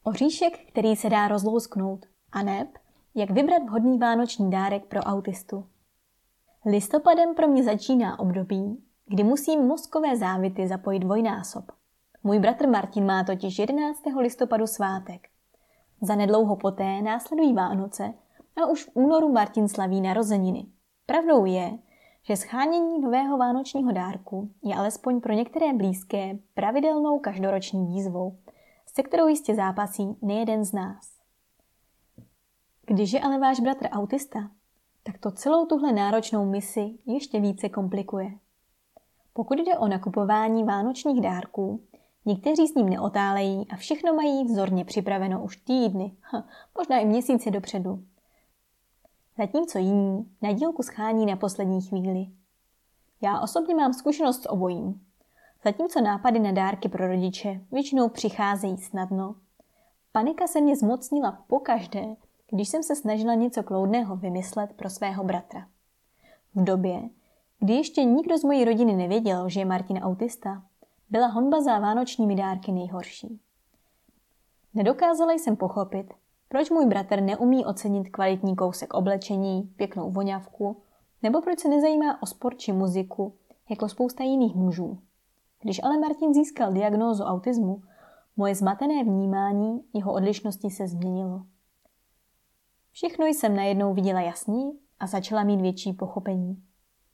Oříšek, který se dá rozlousknout, aneb jak vybrat vhodný vánoční dárek pro autistu. Listopadem pro mě začíná období, kdy musím mozkové závity zapojit dvojnásob. Můj bratr Martin má totiž 11. listopadu svátek. Zanedlouho poté následují Vánoce a už v únoru Martin slaví narozeniny. Pravdou je, že shánění nového vánočního dárku je alespoň pro některé blízké pravidelnou každoroční výzvou, se kterou jistě zápasí nejeden z nás. Když je ale váš bratr autista, tak to celou tuhle náročnou misi ještě více komplikuje. Pokud jde o nakupování vánočních dárků, někteří s ním neotálejí a všechno mají vzorně připraveno už týdny, možná i měsíce dopředu. Zatímco jiní na dílku schání na poslední chvíli. Já osobně mám zkušenost s obojím. Zatímco nápady na dárky pro rodiče většinou přicházejí snadno, panika se mě zmocnila pokaždé, když jsem se snažila něco kloudného vymyslet pro svého bratra. V době, kdy ještě nikdo z mojí rodiny nevěděl, že je Martin autista, byla honba za vánočními dárky nejhorší. Nedokázala jsem pochopit, proč můj bratr neumí ocenit kvalitní kousek oblečení, pěknou voňavku, nebo proč se nezajímá o sport či muziku, jako spousta jiných mužů. Když ale Martin získal diagnózu autismu, moje zmatené vnímání jeho odlišností se změnilo. Všechno jsem najednou viděla jasně a začala mít větší pochopení.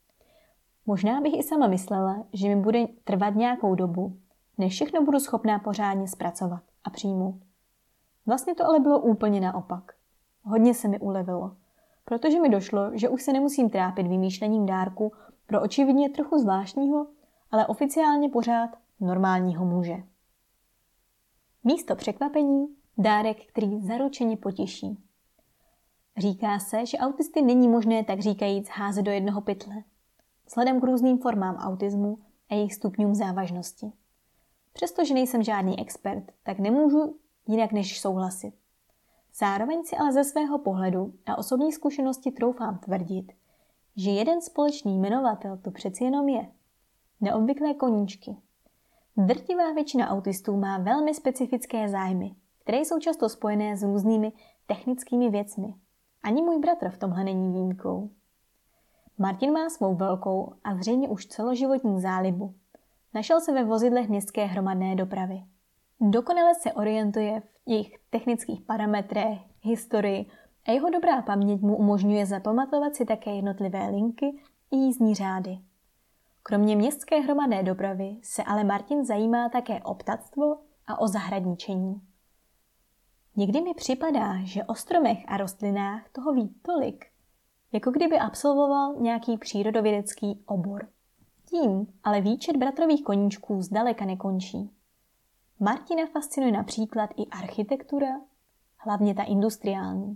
Možná bych i sama myslela, že mi bude trvat nějakou dobu, než všechno budu schopná pořádně zpracovat a přijmout. Vlastně to ale bylo úplně naopak. Hodně se mi ulevilo, protože mi došlo, že už se nemusím trápit vymýšlením dárku pro očividně trochu zvláštního, ale oficiálně pořád normálního muže. Místo překvapení dárek, který zaručeně potěší. Říká se, že autisty není možné tak říkajíc házet do jednoho pytle, vzhledem k různým formám autismu a jejich stupňům závažnosti. Přestože nejsem žádný expert, tak nemůžu jinak než souhlasit. Zároveň si ale ze svého pohledu a osobní zkušenosti troufám tvrdit, že jeden společný jmenovatel to přeci jenom je. Neobvyklé koníčky. Drtivá většina autistů má velmi specifické zájmy, které jsou často spojené s různými technickými věcmi. Ani můj bratr v tomhle není výjimkou. Martin má svou velkou a zřejmě už celoživotní zálibu. Našel se ve vozidlech městské hromadné dopravy. Dokonale se orientuje v jejich technických parametrech, historii a jeho dobrá paměť mu umožňuje zapamatovat si také jednotlivé linky i jízdní řády. Kromě městské hromadné dopravy se ale Martin zajímá také o ptactvo a o zahradničení. Někdy mi připadá, že o stromech a rostlinách toho ví tolik, jako kdyby absolvoval nějaký přírodovědecký obor. Tím ale výčet bratrových koníčků zdaleka nekončí. Martina fascinuje například i architektura, hlavně ta industriální.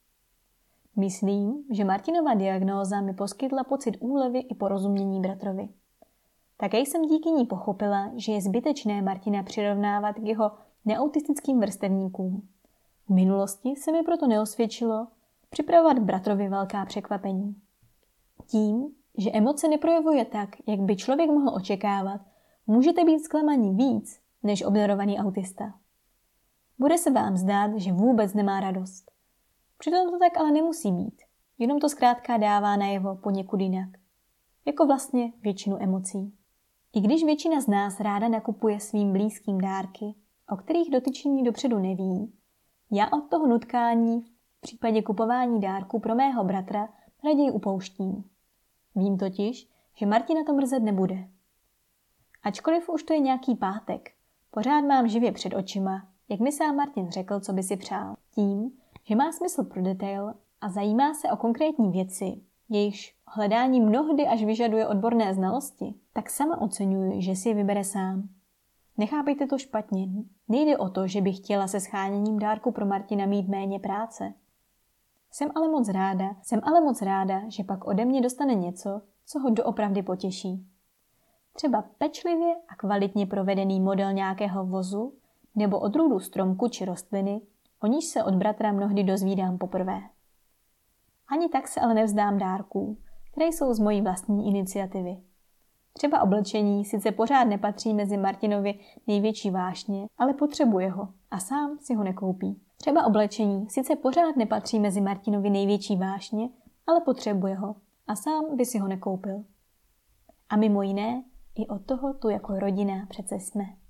Myslím, že Martinova diagnóza mi poskytla pocit úlevy i porozumění bratrovi. Také jsem díky ní pochopila, že je zbytečné Martina přirovnávat k jeho neautistickým vrstevníkům. V minulosti se mi proto neosvědčilo připravovat bratrovi velká překvapení. Tím, že emoce neprojevuje tak, jak by člověk mohl očekávat, můžete být zklamaní víc než obdarovaný autista. Bude se vám zdát, že vůbec nemá radost. Přitom to tak ale nemusí být, jenom to zkrátka dává najevo poněkud jinak. Jako vlastně většinu emocí. I když většina z nás ráda nakupuje svým blízkým dárky, o kterých dotyčení dopředu neví, já od toho nutkání v případě kupování dárku pro mého bratra raději upouštím. Vím totiž, že Martina to mrzet nebude. Ačkoliv už to je nějaký pátek, pořád mám živě před očima, jak mi sám Martin řekl, co by si přál. Tím, že má smysl pro detail a zajímá se o konkrétní věci, jejichž hledání mnohdy až vyžaduje odborné znalosti, tak sama oceňuji, že si je vybere sám. Nechápejte to špatně. Nejde o to, že bych chtěla se scháněním dárku pro Martina mít méně práce. Jsem ale moc ráda, že pak ode mě dostane něco, co ho doopravdy potěší. Třeba pečlivě a kvalitně provedený model nějakého vozu nebo odrůdu stromku či rostliny, o níž se od bratra mnohdy dozvídám poprvé. Ani tak se ale nevzdám dárků, které jsou z mojí vlastní iniciativy. Třeba oblečení sice pořád nepatří mezi Martinovi největší vášně, ale potřebuje ho a sám si ho nekoupí. Třeba oblečení sice pořád nepatří mezi Martinovi největší vášně, ale potřebuje ho a sám by si ho nekoupil. A mimo jiné, i od toho tu jako rodina přece jsme.